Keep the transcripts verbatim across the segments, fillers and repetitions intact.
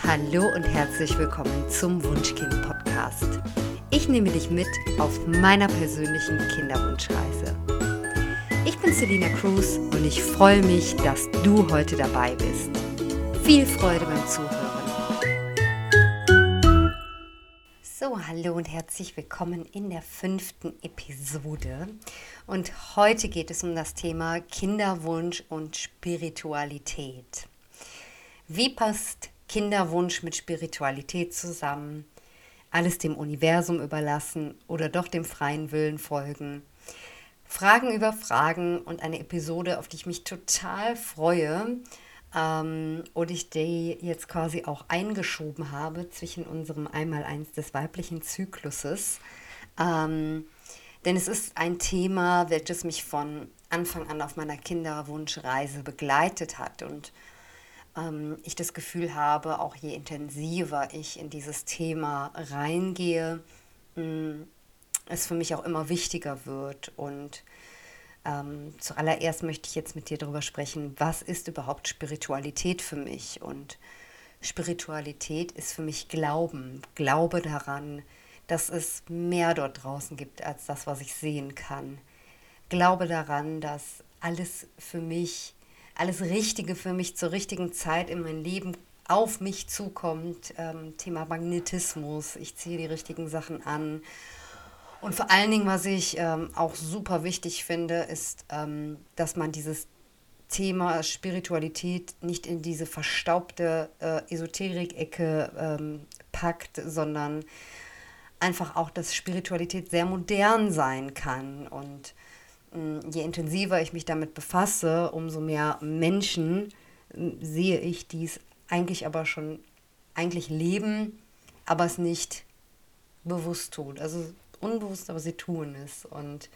Hallo und herzlich willkommen zum Wunschkind-Podcast. Ich nehme dich mit auf meiner persönlichen Kinderwunschreise. Ich bin Selina Cruz und ich freue mich, dass du heute dabei bist. Viel Freude beim Zuhören. So, hallo und herzlich willkommen in der fünften Episode. Und heute geht es um das Thema Kinderwunsch und Spiritualität. Wie passt Kinderwunsch mit Spiritualität zusammen? Alles dem Universum überlassen oder doch dem freien Willen folgen? Fragen über Fragen und eine Episode, auf die ich mich total freue ähm, und ich die jetzt quasi auch eingeschoben habe zwischen unserem Einmaleins des weiblichen Zykluses. Ähm, denn es ist ein Thema, welches mich von Anfang an auf meiner Kinderwunschreise begleitet hat und ähm, ich das Gefühl habe, auch je intensiver ich in dieses Thema reingehe, mh, es für mich auch immer wichtiger wird. Und ähm, zuallererst möchte ich jetzt mit dir darüber sprechen, was ist überhaupt Spiritualität für mich? Und Spiritualität ist für mich Glauben, Glaube daran, dass es mehr dort draußen gibt als das, was ich sehen kann. Glaube daran, dass alles für mich, alles Richtige für mich zur richtigen Zeit in mein Leben auf mich zukommt. Ähm, Thema Magnetismus, ich ziehe die richtigen Sachen an. Und vor allen Dingen, was ich ähm, auch super wichtig finde, ist, ähm, dass man dieses Thema Spiritualität nicht in diese verstaubte äh, Esoterik-Ecke ähm, packt, sondern einfach auch, dass Spiritualität sehr modern sein kann. Und mh, je intensiver ich mich damit befasse, umso mehr Menschen mh, sehe ich, die es eigentlich aber schon eigentlich leben, aber es nicht bewusst tun. Also unbewusst, aber sie tun es. Und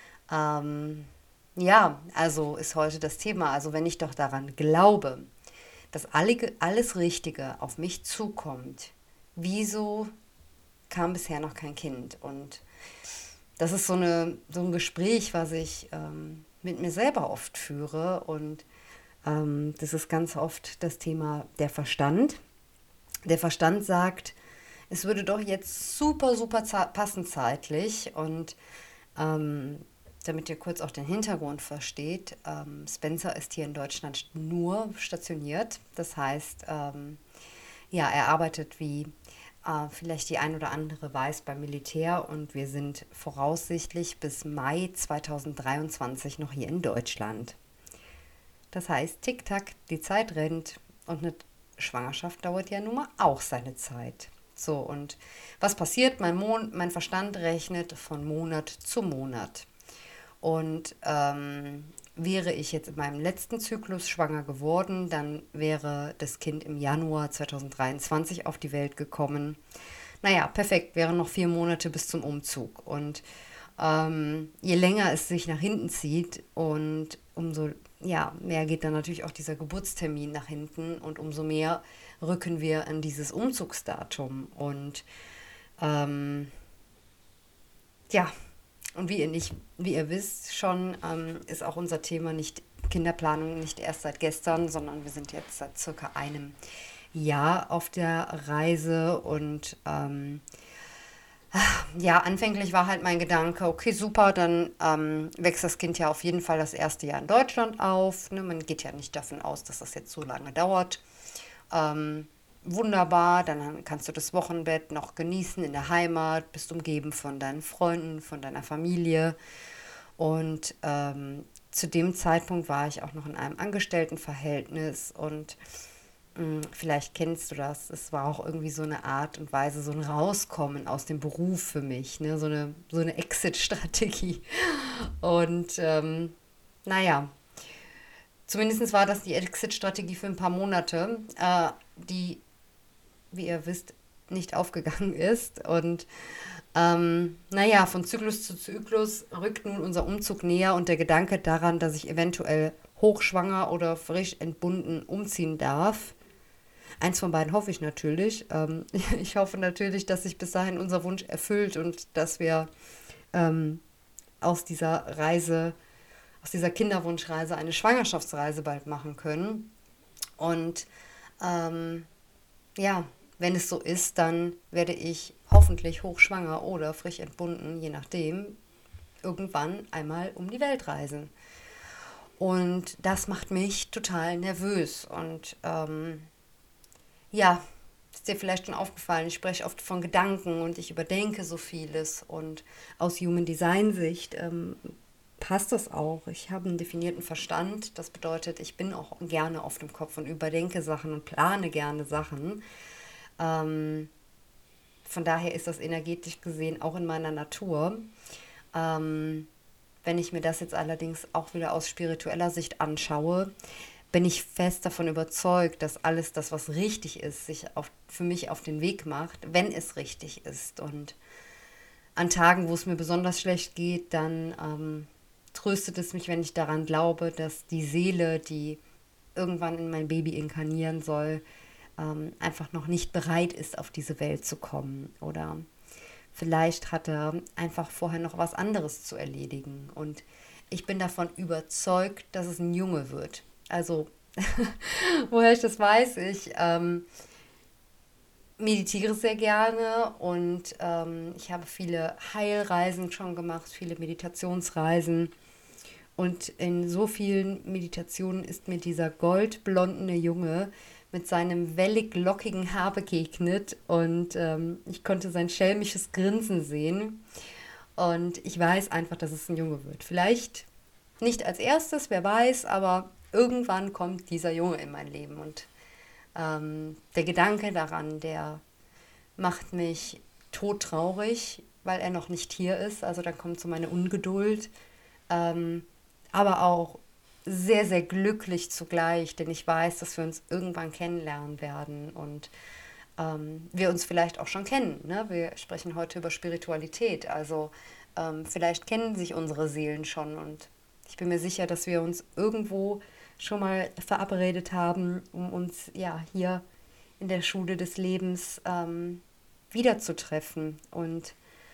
ähm, ja, also ist heute das Thema. Also wenn ich doch daran glaube, dass alle, alles Richtige auf mich zukommt, wieso kam bisher noch kein Kind? Und das ist so, eine, so ein Gespräch, was ich ähm, mit mir selber oft führe. Und ähm, das ist ganz oft das Thema der Verstand. Der Verstand sagt, es würde doch jetzt super, super za- passen zeitlich. Und ähm, damit ihr kurz auch den Hintergrund versteht, ähm, Spencer ist hier in Deutschland nur stationiert. Das heißt, ähm, ja, er arbeitet, wie äh, vielleicht die ein oder andere weiß, beim Militär und wir sind voraussichtlich bis Mai zweitausenddreiundzwanzig noch hier in Deutschland. Das heißt, tick-tack, die Zeit rennt und eine Schwangerschaft dauert ja nun mal auch seine Zeit. So, und was passiert? Mein, Mon mein Verstand rechnet von Monat zu Monat. Und ähm, wäre ich jetzt in meinem letzten Zyklus schwanger geworden, dann wäre das Kind im Januar zweitausenddreiundzwanzig auf die Welt gekommen. Naja, perfekt, wären noch vier Monate bis zum Umzug. Und ähm, je länger es sich nach hinten zieht und umso ja, mehr geht dann natürlich auch dieser Geburtstermin nach hinten und umso mehr rücken wir an dieses Umzugsdatum. Und ähm, ja, und wie ihr, nicht, wie ihr wisst schon, ähm, ist auch unser Thema nicht Kinderplanung nicht erst seit gestern, sondern wir sind jetzt seit circa einem Jahr auf der Reise und ähm, ja, anfänglich war halt mein Gedanke, okay, super, dann ähm, wächst das Kind ja auf jeden Fall das erste Jahr in Deutschland auf. Ne? Man geht ja nicht davon aus, dass das jetzt so lange dauert. Ähm, wunderbar, dann kannst du das Wochenbett noch genießen in der Heimat, bist umgeben von deinen Freunden, von deiner Familie. Und ähm, zu dem Zeitpunkt war ich auch noch in einem Angestelltenverhältnis und mh, vielleicht kennst du das, es war auch irgendwie so eine Art und Weise, so ein Rauskommen aus dem Beruf für mich, ne? so eine, so eine Exit-Strategie. Und ähm, naja, zumindest war das die Exit-Strategie für ein paar Monate, äh, die, wie ihr wisst, nicht aufgegangen ist. Und ähm, naja, von Zyklus zu Zyklus rückt nun unser Umzug näher und der Gedanke daran, dass ich eventuell hochschwanger oder frisch entbunden umziehen darf. Eins von beiden hoffe ich natürlich. Ähm, ich hoffe natürlich, dass sich bis dahin unser Wunsch erfüllt und dass wir ähm, aus dieser Reise, aus dieser Kinderwunschreise eine Schwangerschaftsreise bald machen können. Und ähm, ja, wenn es so ist, dann werde ich hoffentlich hochschwanger oder frisch entbunden, je nachdem, irgendwann einmal um die Welt reisen. Und das macht mich total nervös. Und ähm, ja, ist dir vielleicht schon aufgefallen, ich spreche oft von Gedanken und ich überdenke so vieles. Und aus Human Design Sicht ähm, passt das auch. Ich habe einen definierten Verstand. Das bedeutet, ich bin auch gerne auf dem Kopf und überdenke Sachen und plane gerne Sachen. Ähm, von daher ist das energetisch gesehen auch in meiner Natur. Ähm, Wenn ich mir das jetzt allerdings auch wieder aus spiritueller Sicht anschaue, bin ich fest davon überzeugt, dass alles das, was richtig ist, sich auf, für mich auf den Weg macht, wenn es richtig ist. Und an Tagen, wo es mir besonders schlecht geht, dann ähm, tröstet es mich, wenn ich daran glaube, dass die Seele, die irgendwann in mein Baby inkarnieren soll, ähm, einfach noch nicht bereit ist, auf diese Welt zu kommen. Oder vielleicht hat er einfach vorher noch was anderes zu erledigen. Und ich bin davon überzeugt, dass es ein Junge wird. Also, woher ich das weiß, ich ähm, meditiere sehr gerne und ähm, ich habe viele Heilreisen schon gemacht, viele Meditationsreisen. Und in so vielen Meditationen ist mir dieser goldblondene Junge mit seinem wellig lockigen Haar begegnet und ähm, ich konnte sein schelmisches Grinsen sehen. Und ich weiß einfach, dass es ein Junge wird. Vielleicht nicht als erstes, wer weiß, aber irgendwann kommt dieser Junge in mein Leben. Und ähm, der Gedanke daran, der macht mich todtraurig, weil er noch nicht hier ist. Also dann kommt so meine Ungeduld. Ähm, aber auch sehr, sehr glücklich zugleich, denn ich weiß, dass wir uns irgendwann kennenlernen werden und ähm, wir uns vielleicht auch schon kennen. Ne? Wir sprechen heute über Spiritualität, also ähm, vielleicht kennen sich unsere Seelen schon und ich bin mir sicher, dass wir uns irgendwo schon mal verabredet haben, um uns ja hier in der Schule des Lebens ähm, wiederzutreffen. Und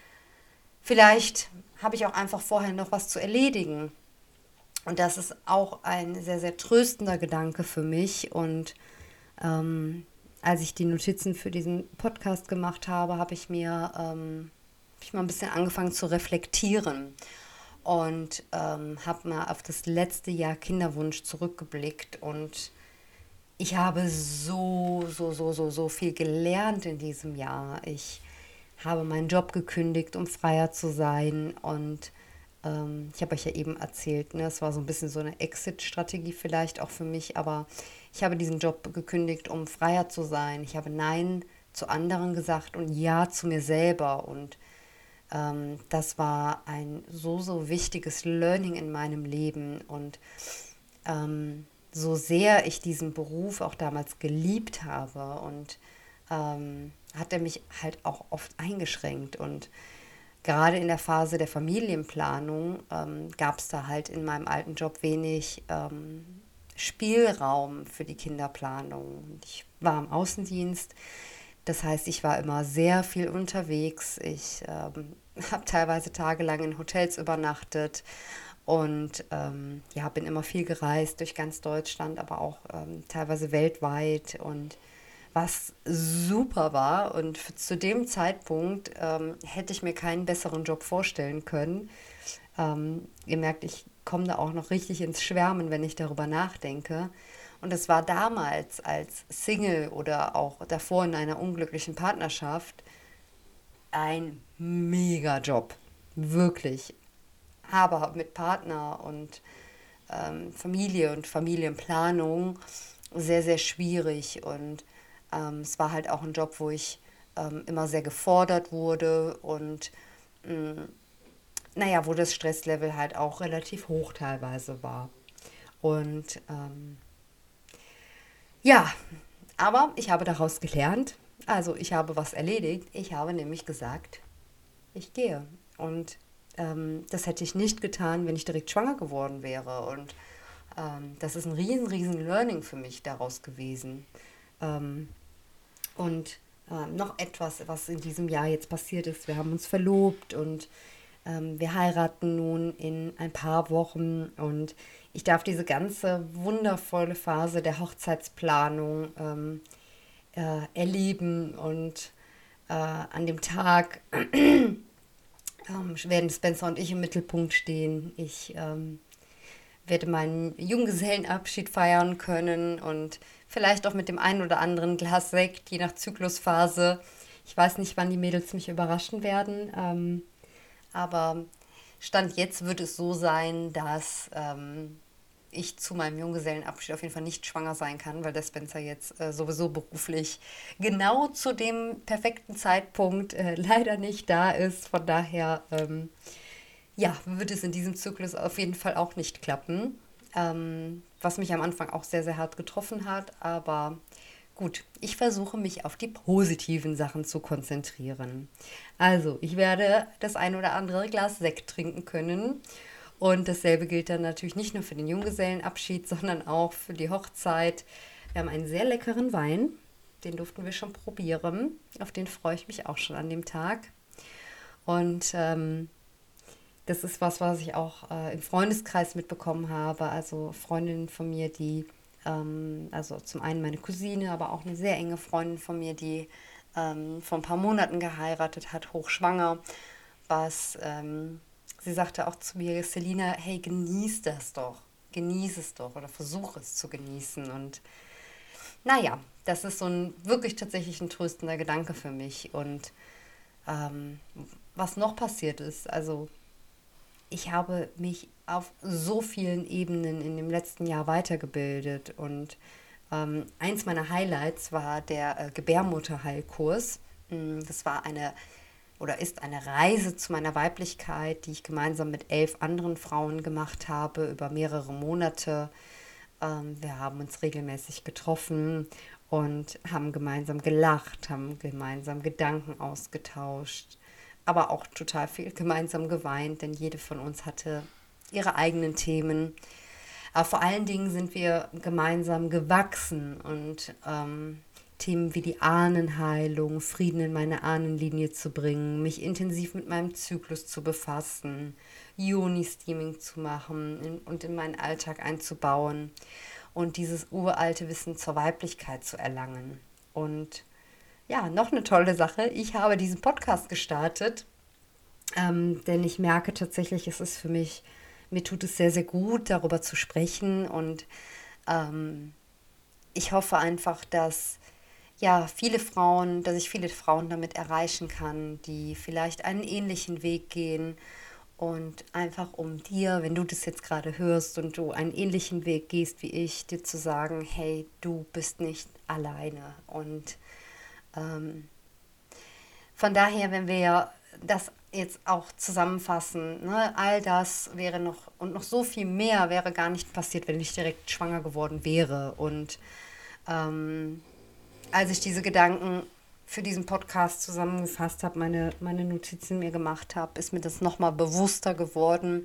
vielleicht habe ich auch einfach vorher noch was zu erledigen. Und das ist auch ein sehr, sehr tröstender Gedanke für mich. Und ähm, als ich die Notizen für diesen Podcast gemacht habe, habe ich mir ähm, hab ich mal ein bisschen angefangen zu reflektieren und ähm, habe mal auf das letzte Jahr Kinderwunsch zurückgeblickt. Und ich habe so, so, so, so, so viel gelernt in diesem Jahr. Ich habe meinen Job gekündigt, um freier zu sein. Und ähm, ich habe euch ja eben erzählt, ne, es war so ein bisschen so eine Exit-Strategie vielleicht auch für mich. Aber ich habe diesen Job gekündigt, um freier zu sein. Ich habe Nein zu anderen gesagt und Ja zu mir selber. Und ähm, das war ein so, so wichtiges Learning in meinem Leben. Und ähm, so sehr ich diesen Beruf auch damals geliebt habe und ähm, hat er mich halt auch oft eingeschränkt. Und gerade in der Phase der Familienplanung ähm, gab es da halt in meinem alten Job wenig ähm, Spielraum für die Kinderplanung. Und ich war im Außendienst, das heißt, ich war immer sehr viel unterwegs. Ich ähm, habe teilweise tagelang in Hotels übernachtet und ähm, ja, bin immer viel gereist durch ganz Deutschland, aber auch ähm, teilweise weltweit. Und was super war und f- zu dem Zeitpunkt ähm, hätte ich mir keinen besseren Job vorstellen können. Ähm, ihr merkt, ich komme da auch noch richtig ins Schwärmen, wenn ich darüber nachdenke. Und es war damals als Single oder auch davor in einer unglücklichen Partnerschaft ein Mega-Job. Wirklich. Aber mit Partner und ähm, Familie und Familienplanung sehr, sehr schwierig. Und ähm, es war halt auch ein Job, wo ich ähm, immer sehr gefordert wurde und mh, naja, wo das Stresslevel halt auch relativ hoch teilweise war. Und ähm, ja, aber ich habe daraus gelernt. Also ich habe was erledigt. Ich habe nämlich gesagt, ich gehe. Und ähm, das hätte ich nicht getan, wenn ich direkt schwanger geworden wäre. Und ähm, das ist ein riesen, riesen Learning für mich daraus gewesen. Ähm, und ähm, noch etwas, was in diesem Jahr jetzt passiert ist. Wir haben uns verlobt und ähm, wir heiraten nun in ein paar Wochen. Und ich darf diese ganze wundervolle Phase der Hochzeitsplanung ähm, äh, erleben und äh, an dem Tag ähm, werden Spencer und ich im Mittelpunkt stehen. Ich ähm, werde meinen Junggesellenabschied feiern können und vielleicht auch mit dem einen oder anderen Glas Sekt, je nach Zyklusphase. Ich weiß nicht, wann die Mädels mich überraschen werden, ähm, aber Stand jetzt wird es so sein, dass ähm, ich zu meinem Junggesellenabschied auf jeden Fall nicht schwanger sein kann, weil der Spencer jetzt äh, sowieso beruflich genau zu dem perfekten Zeitpunkt äh, leider nicht da ist. Von daher, ähm, ja, wird es in diesem Zyklus auf jeden Fall auch nicht klappen. Ähm, was mich am Anfang auch sehr, sehr hart getroffen hat. Aber gut, ich versuche mich auf die positiven Sachen zu konzentrieren. Also, ich werde das ein oder andere Glas Sekt trinken können. Und dasselbe gilt dann natürlich nicht nur für den Junggesellenabschied, sondern auch für die Hochzeit. Wir haben einen sehr leckeren Wein. Den durften wir schon probieren. Auf den freue ich mich auch schon an dem Tag. Und ähm, das ist was, was ich auch äh, im Freundeskreis mitbekommen habe. Also Freundinnen von mir, die, ähm, also zum einen meine Cousine, aber auch eine sehr enge Freundin von mir, die ähm, vor ein paar Monaten geheiratet hat, hochschwanger. Was, ähm, sie sagte auch zu mir, Selina, hey, genieß das doch. Genieß es doch oder versuche es zu genießen. Und naja, das ist so ein wirklich tatsächlich ein tröstender Gedanke für mich. Und ähm, was noch passiert ist, also ich habe mich auf so vielen Ebenen in dem letzten Jahr weitergebildet und ähm, eins meiner Highlights war der äh, Gebärmutterheilkurs. Mm, Das war eine oder ist eine Reise zu meiner Weiblichkeit, die ich gemeinsam mit elf anderen Frauen gemacht habe über mehrere Monate. Ähm, wir haben uns regelmäßig getroffen und haben gemeinsam gelacht, haben gemeinsam Gedanken ausgetauscht, aber auch total viel gemeinsam geweint, denn jede von uns hatte ihre eigenen Themen. Aber vor allen Dingen sind wir gemeinsam gewachsen und ähm, Themen wie die Ahnenheilung, Frieden in meine Ahnenlinie zu bringen, mich intensiv mit meinem Zyklus zu befassen, Yoni-Steaming zu machen in, und in meinen Alltag einzubauen und dieses uralte Wissen zur Weiblichkeit zu erlangen. Und ja, noch eine tolle Sache, ich habe diesen Podcast gestartet, ähm, denn ich merke tatsächlich, es ist für mich, mir tut es sehr, sehr gut, darüber zu sprechen und ähm, ich hoffe einfach, dass ja, viele Frauen, dass ich viele Frauen damit erreichen kann, die vielleicht einen ähnlichen Weg gehen und einfach um dir, wenn du das jetzt gerade hörst und du einen ähnlichen Weg gehst wie ich, dir zu sagen, hey, du bist nicht alleine. Und ähm, von daher, wenn wir das jetzt auch zusammenfassen, ne, all das wäre noch und noch so viel mehr wäre gar nicht passiert, wenn ich direkt schwanger geworden wäre. Und ähm, als ich diese Gedanken für diesen Podcast zusammengefasst habe, meine, meine Notizen mir gemacht habe, ist mir das nochmal bewusster geworden.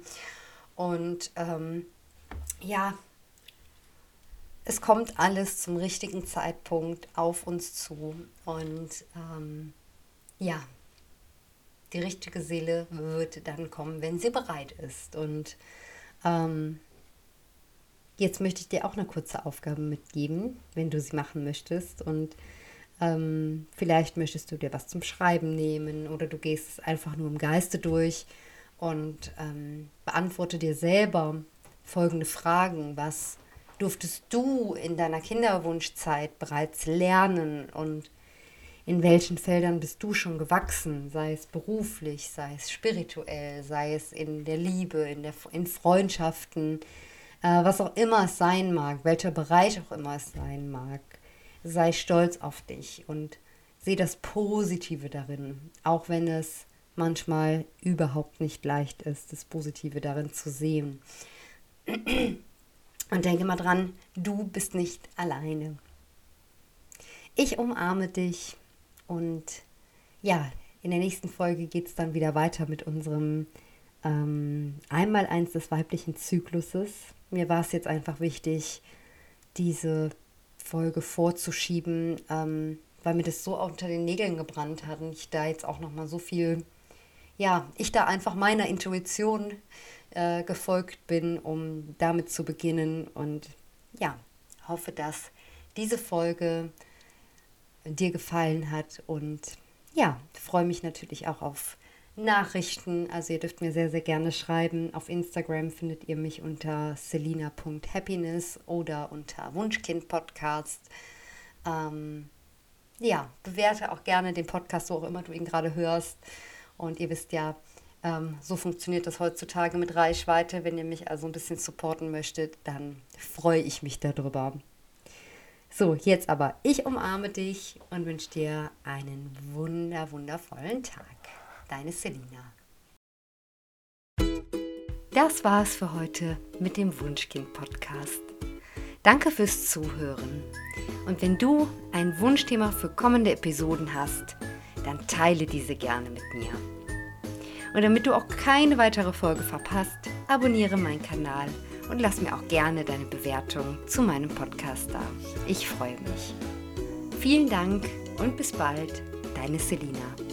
Und ähm, ja, es kommt alles zum richtigen Zeitpunkt auf uns zu. Und ähm, ja, die richtige Seele wird dann kommen, wenn sie bereit ist. Und ähm, jetzt möchte ich dir auch eine kurze Aufgabe mitgeben, wenn du sie machen möchtest. Und ähm, vielleicht möchtest du dir was zum Schreiben nehmen oder du gehst es einfach nur im Geiste durch und ähm, beantworte dir selber folgende Fragen. Was durftest du in deiner Kinderwunschzeit bereits lernen und in welchen Feldern bist du schon gewachsen, sei es beruflich, sei es spirituell, sei es in der Liebe, in, der, in Freundschaften, äh, was auch immer es sein mag, welcher Bereich auch immer es sein mag. Sei stolz auf dich und sehe das Positive darin, auch wenn es manchmal überhaupt nicht leicht ist, das Positive darin zu sehen. Und denke mal dran, du bist nicht alleine. Ich umarme dich und ja, in der nächsten Folge geht es dann wieder weiter mit unserem ähm, Einmaleins des weiblichen Zykluses. Mir war es jetzt einfach wichtig, diese Folge vorzuschieben, ähm, weil mir das so unter den Nägeln gebrannt hat und ich da jetzt auch nochmal so viel, ja, ich da einfach meiner Intuition äh, gefolgt bin, um damit zu beginnen und ja, hoffe, dass diese Folge dir gefallen hat. Und ja, freue mich natürlich auch auf Nachrichten. Also ihr dürft mir sehr, sehr gerne schreiben. Auf Instagram findet ihr mich unter selina punkt happiness oder unter Wunschkind Podcast. Ähm, ja, bewerte auch gerne den Podcast, wo auch immer du ihn gerade hörst. Und ihr wisst ja, ähm, so funktioniert das heutzutage mit Reichweite. Wenn ihr mich also ein bisschen supporten möchtet, dann freue ich mich darüber. So, jetzt aber, ich umarme dich und wünsche dir einen wunder, wundervollen Tag. Deine Selina. Das war's für heute mit dem Wunschkind-Podcast. Danke fürs Zuhören. Und wenn du ein Wunschthema für kommende Episoden hast, dann teile diese gerne mit mir. Und damit du auch keine weitere Folge verpasst, abonniere meinen Kanal und lass mir auch gerne deine Bewertung zu meinem Podcast da. Ich freue mich. Vielen Dank und bis bald, deine Selina.